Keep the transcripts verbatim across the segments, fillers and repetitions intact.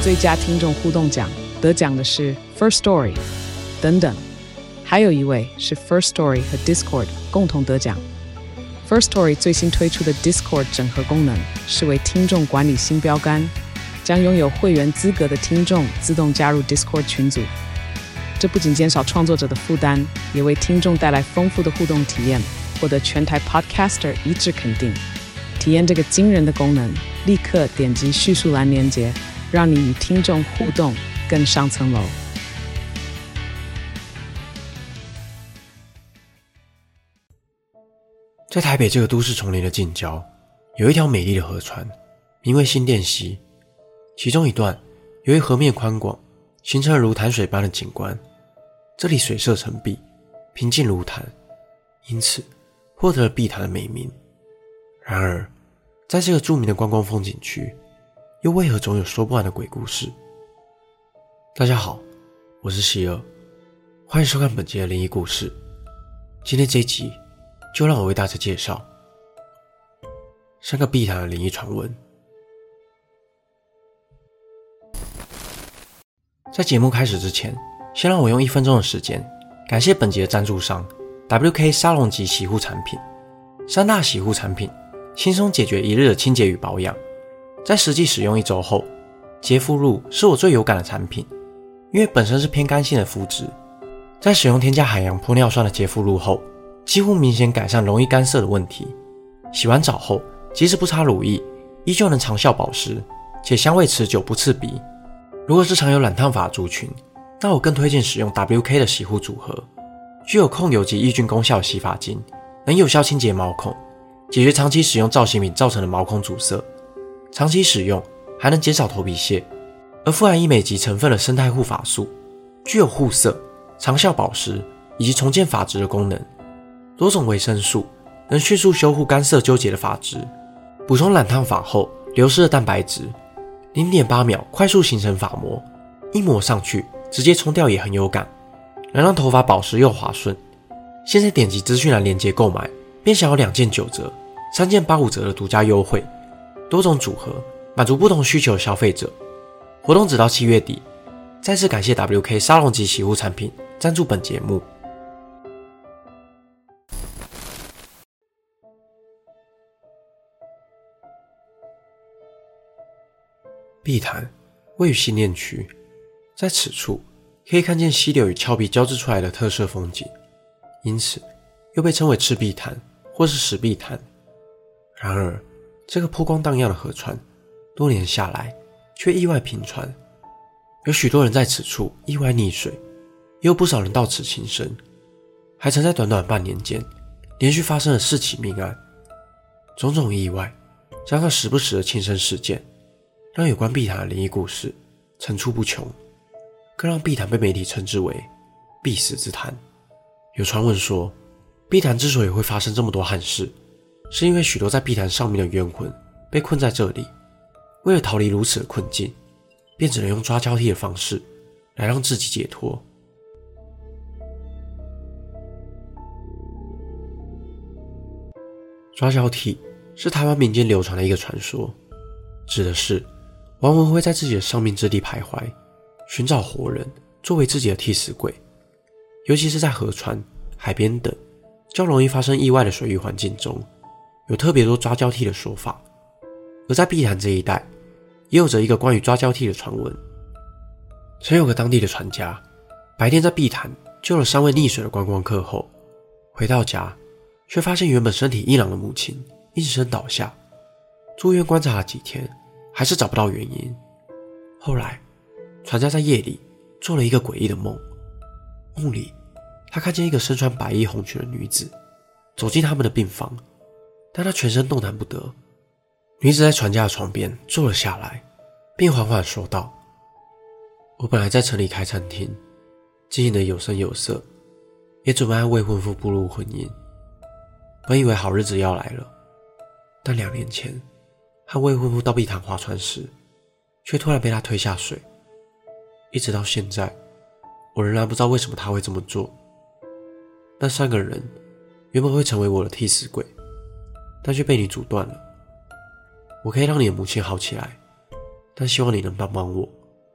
最佳听众互动奖，得奖的是 First Story 等等，还有一位是 First Story 和 Discord 共同得奖。First Story 最新推出的 Discord 整合功能是为听众管理新标杆，将拥有会员资格的听众自动加入 Discord 群组。这不仅减少创作者的负担，也为听众带来丰富的互动体验，获得全台 Podcaster 一致肯定。体验这个惊人的功能，立刻点击叙述栏连结，让你与听众互动更上层楼。 在台北这个都市丛林的近郊，有一条美丽的河川，名为新店溪。其中一段由于河面宽广，形成了如潭水般的景观。这里水色澄碧，平静如潭，因此获得了碧潭的美名。然而，在这个著名的观光风景区，又为何总有说不完的鬼故事？大家好，我是希尔，欢迎收看本集的灵异故事。今天这一集就让我为大家介绍三个碧潭的灵异传闻。在节目开始之前，先让我用一分钟的时间感谢本集的赞助商 W K 沙龙级洗护产品。三大洗护产品轻松解决一日的清洁与保养。在实际使用一周后，洁肤露是我最有感的产品，因为本身是偏干性的肤质，在使用添加海洋玻尿酸的洁肤露后，几乎明显改善容易干涩的问题。洗完澡后，即使不擦乳液，依旧能长效保湿，且香味持久不刺鼻。如果是常有染烫发的族群，那我更推荐使用 W K 的洗护组合，具有控油及抑菌功效的洗发精，能有效清洁毛孔，解决长期使用造型品造成的毛孔阻塞。长期使用还能减少头皮屑，而富含医美级成分的生态护发素，具有护色、长效保湿以及重建发质的功能。多种维生素能迅速修护干涩纠结的发质，补充染烫发后流失的蛋白质， 零点八 秒快速形成发膜，一抹上去直接冲掉也很有感，能让头发保湿又滑顺。现在点击资讯栏连结购买，便享有两件九折、三件八五折的独家优惠，多种组合满足不同需求的消费者。活动直到七月底。再次感谢 W K 沙龙级洗护产品赞助本节目。碧潭位于新店区，在此处可以看见溪流与峭壁交织出来的特色风景，因此又被称为赤壁潭或是石壁潭。然而，这个波光荡漾的河川，多年下来却意外频传，有许多人在此处意外溺水，也有不少人到此轻生，还曾在短短半年间连续发生了四起命案。种种意外加上时不时的轻生事件，让有关碧潭的灵异故事层出不穷，更让碧潭被媒体称之为必死之潭。有传闻说，碧潭之所以会发生这么多憾事，是因为许多在碧潭上面的冤魂被困在这里，为了逃离如此的困境，便只能用抓交替的方式来让自己解脱。抓交替是台湾民间流传的一个传说，指的是亡魂会在自己的丧命之地徘徊，寻找活人作为自己的替死鬼。尤其是在河川、海边等较容易发生意外的水域环境中，有特别多抓交替的说法。而在碧潭这一带，也有着一个关于抓交替的传闻。曾有个当地的船家，白天在碧潭救了三位溺水的观光客后，回到家却发现原本身体硬朗的母亲应声倒下，住院观察了几天，还是找不到原因。后来船家在夜里做了一个诡异的梦，梦里他看见一个身穿白衣红裙的女子走进他们的病房，但她全身动弹不得。女子在船家的床边坐了下来，并缓缓说道：我本来在城里开餐厅，经营得有声有色，也准备和未婚夫步入婚姻。本以为好日子要来了，但两年前和未婚夫到碧潭划船时，却突然被他推下水。一直到现在，我仍然不知道为什么他会这么做。那三个人原本会成为我的替死鬼，但却被你阻断了。我可以让你的母亲好起来，但希望你能帮帮我，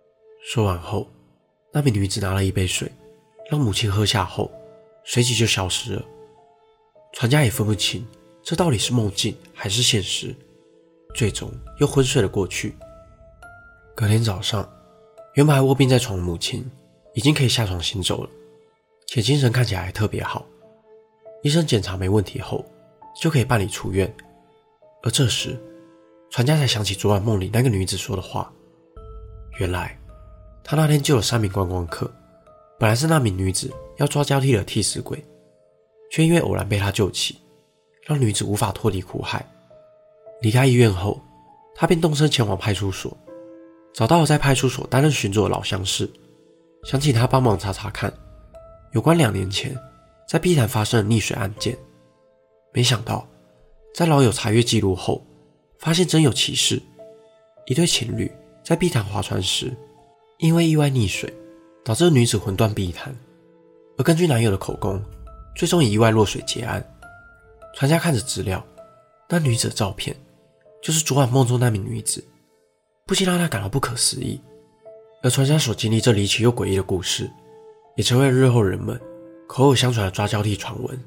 说完后，那名女子拿了一杯水，让母亲喝下后，随即就消失了。船家也分不清这到底是梦境还是现实，最终又昏睡了过去。隔天早上，原本还卧病在床的母亲已经可以下床行走了，且精神看起来还特别好。医生检查没问题后，就可以办理出院。而这时，船家才想起昨晚梦里那个女子说的话。原来，他那天救了三名观光客，本来是那名女子要抓交替的替死鬼，却因为偶然被他救起，让女子无法脱离苦海。离开医院后，他便动身前往派出所，找到了在派出所担任巡佐的老乡士，想请他帮忙查查看有关两年前在碧潭发生的溺水案件。没想到在老友查阅记录后，发现真有其事。一对情侣在碧潭划船时，因为意外溺水，导致女子魂断碧潭，而根据男友的口供，最终以意外落水结案。船家看着资料，那女子的照片就是昨晚梦中那名女子，不禁让他感到不可思议。而船家所经历这离奇又诡异的故事，也成为了日后人们口耳相传的抓交替传闻。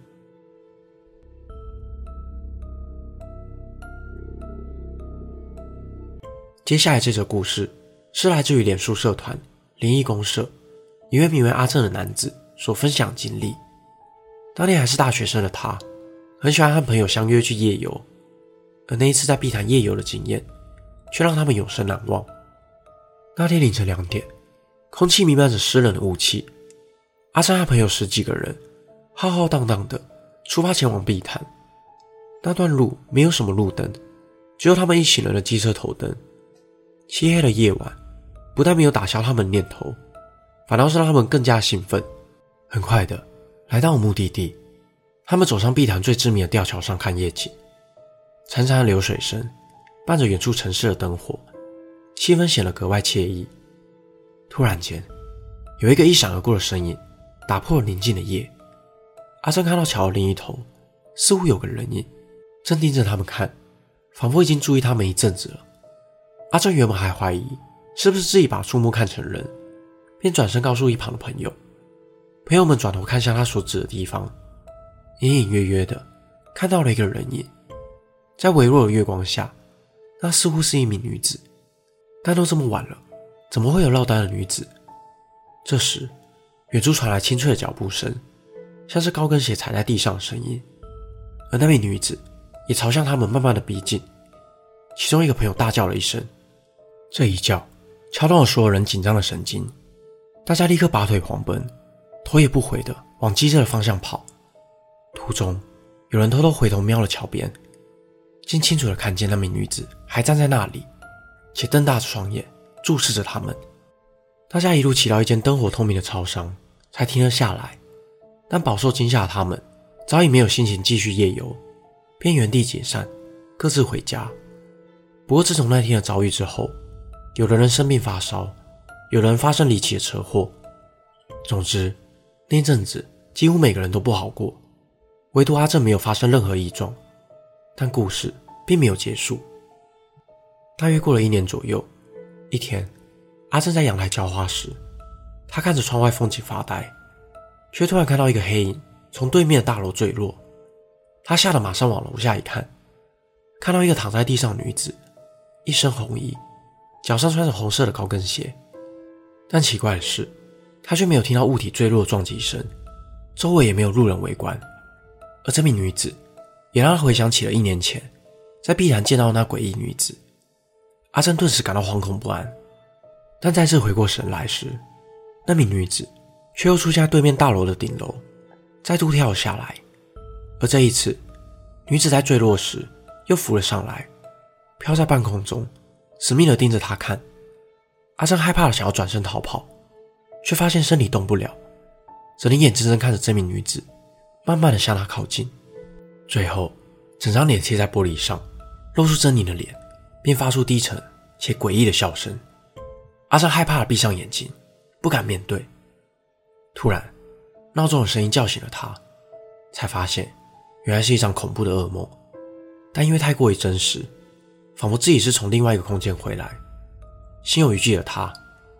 接下来这则故事是来自于脸书社团灵异公社一位名为阿正的男子所分享经历。当年还是大学生的他，很喜欢和朋友相约去夜游，而那一次在碧潭夜游的经验却让他们永生难忘。那天凌晨两点，空气弥漫着湿冷的雾气，阿正和朋友十几个人浩浩荡荡的出发前往碧潭。那段路没有什么路灯，只有他们一行人的机车头灯。漆黑的夜晚不但没有打消他们的念头，反倒是让他们更加兴奋。很快的来到了目的地，他们走上碧潭最知名的吊桥上看夜景。潺潺的流水声伴着远处城市的灯火，气氛显得格外惬意。突然间，有一个一闪而过的身影打破了宁静的夜。阿正看到桥的另一头似乎有个人影正盯着他们看，仿佛已经注意他们一阵子了。阿正原本还怀疑是不是自己把触目看成人，便转身告诉一旁的朋友。朋友们转头看向他所指的地方，隐隐约约的看到了一个人影。在微弱的月光下，那似乎是一名女子，但都这么晚了，怎么会有落单的女子？这时，远处传来清脆的脚步声，像是高跟鞋踩在地上的声音，而那名女子也朝向他们慢慢的逼近。其中一个朋友大叫了一声，这一叫敲动了所有人紧张的神经，大家立刻拔腿狂奔，头也不回的往机车的方向跑。途中有人偷偷回头瞄了桥边，竟清楚的看见那名女子还站在那里，且瞪大着双眼注视着他们。大家一路骑到一间灯火通明的超商才停了下来，但饱受惊吓的他们早已没有心情继续夜游，便原地解散，各自回家。不过自从那天的遭遇之后，有的人生病发烧，有的人发生离奇的车祸。总之，那阵子几乎每个人都不好过，唯独阿正没有发生任何异状。但故事并没有结束。大约过了一年左右，一天，阿正在阳台浇花时，他看着窗外风景发呆，却突然看到一个黑影从对面的大楼坠落。他吓得马上往楼下一看，看到一个躺在地上的女子，一身红衣，脚上穿着红色的高跟鞋。但奇怪的是，他却没有听到物体坠落的撞击声，周围也没有路人围观。而这名女子也让他回想起了一年前在碧潭见到的那诡异女子。阿正顿时感到惶恐不安，但再次回过神来时，那名女子却又出现在对面大楼的顶楼，再度跳了下来。而这一次，女子在坠落时又浮了上来，飘在半空中，死命地盯着他看。阿正害怕的想要转身逃跑，却发现身体动不了，只能眼睁睁看着这名女子慢慢地向他靠近。最后，整张脸贴在玻璃上，露出狰狞的脸，并发出低沉且诡异的笑声。阿正害怕地闭上眼睛，不敢面对。突然，闹钟的声音叫醒了他，才发现原来是一场恐怖的噩梦。但因为太过于真实，仿佛自己是从另外一个空间回来，心有余悸的他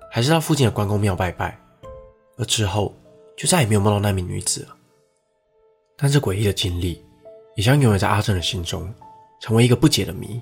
还是到附近的关公庙拜拜，而之后就再也没有梦到那名女子了。但这诡异的经历也将永远在阿正的心中成为一个不解的谜。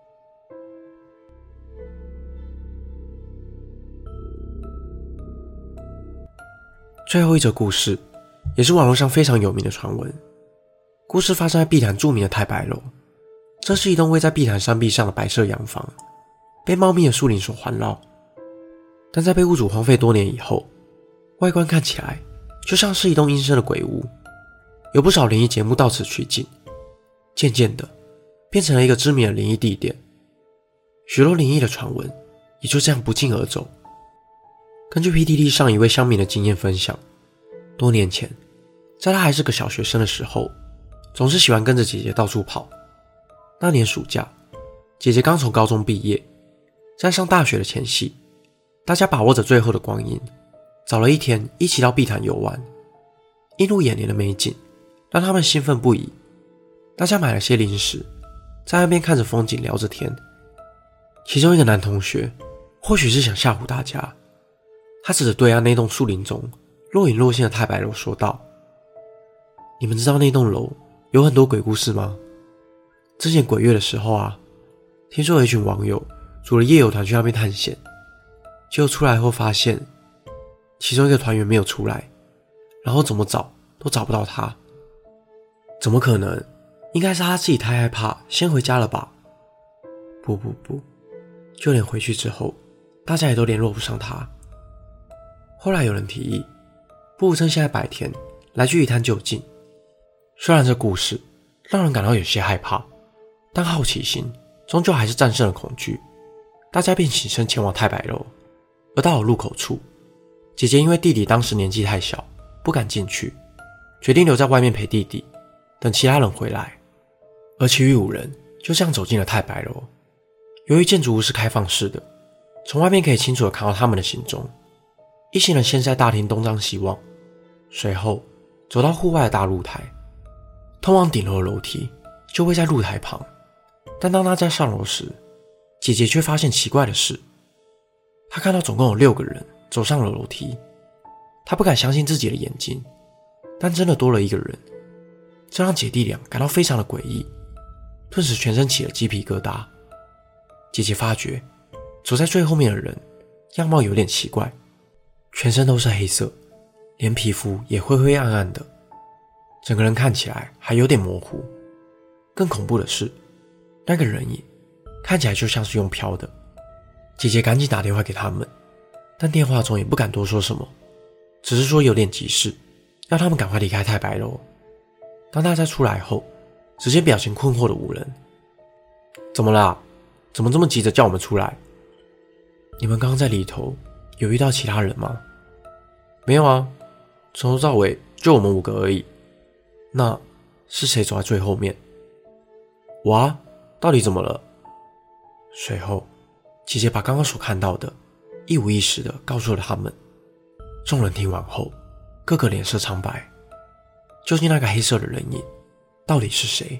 最后一则故事也是网络上非常有名的传闻。故事发生在碧潭著名的太白楼，这是一栋位在碧潭山壁上的白色洋房，被茂密的树林所环绕。但在被屋主荒废多年以后，外观看起来就像是一栋阴森的鬼屋，有不少灵异节目到此取景，渐渐的变成了一个知名的灵异地点。许多灵异的传闻也就这样不胫而走。根据 P T T 上一位乡民的经验分享，多年前在他还是个小学生的时候，总是喜欢跟着姐姐到处跑。那年暑假，姐姐刚从高中毕业，在上大学的前夕，大家把握着最后的光阴，找了一天一起到碧潭游玩。映入眼帘的美景让他们兴奋不已，大家买了些零食，在岸边看着风景聊着天。其中一个男同学或许是想吓唬大家，他指着对岸那栋树林中若隐若现的太白楼说道：你们知道那栋楼有很多鬼故事吗？之前鬼月的时候啊，听说有一群网友组了夜游团去那边探险，结果出来后发现其中一个团员没有出来，然后怎么找都找不到他。怎么可能？应该是他自己太害怕先回家了吧。不不不，就连回去之后大家也都联络不上他。后来有人提议，不如趁现在白天来去一探究竟。虽然这故事让人感到有些害怕，但好奇心终究还是战胜了恐惧。大家便起身前往太白楼。而到了入口处，姐姐因为弟弟当时年纪太小，不敢进去，决定留在外面陪弟弟，等其他人回来。而其余五人就这样走进了太白楼。由于建筑物是开放式的，从外面可以清楚地看到他们的行踪。一行人先在大厅东张西望，随后走到户外的大露台。通往顶楼的楼梯就位在露台旁，但当他在上楼时，姐姐却发现奇怪的事。她看到总共有六个人走上了楼梯，她不敢相信自己的眼睛，但真的多了一个人，这让姐弟俩感到非常的诡异，顿时全身起了鸡皮疙瘩。姐姐发觉走在最后面的人样貌有点奇怪，全身都是黑色，连皮肤也灰灰暗暗的，整个人看起来还有点模糊。更恐怖的是，那个人影看起来就像是用飘的。姐姐赶紧打电话给他们，但电话中也不敢多说什么，只是说有点急事，要他们赶快离开太白楼。当大家出来后，只见表情困惑的五人。怎么啦？怎么这么急着叫我们出来？你们刚刚在里头有遇到其他人吗？没有啊，从头到尾就我们五个而已。那是谁走在最后面？我啊，到底怎么了？随后姐姐把刚刚所看到的一五一十的告诉了他们。众人听完后个个脸色苍白，究竟那个黑色的人影到底是谁？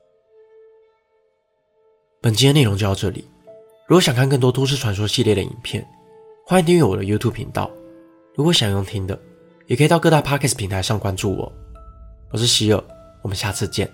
本期的内容就到这里，如果想看更多都市传说系列的影片，欢迎订阅我的 YouTube 频道。如果想用听的，也可以到各大 Podcast 平台上关注我。我是希尔，我们下次见。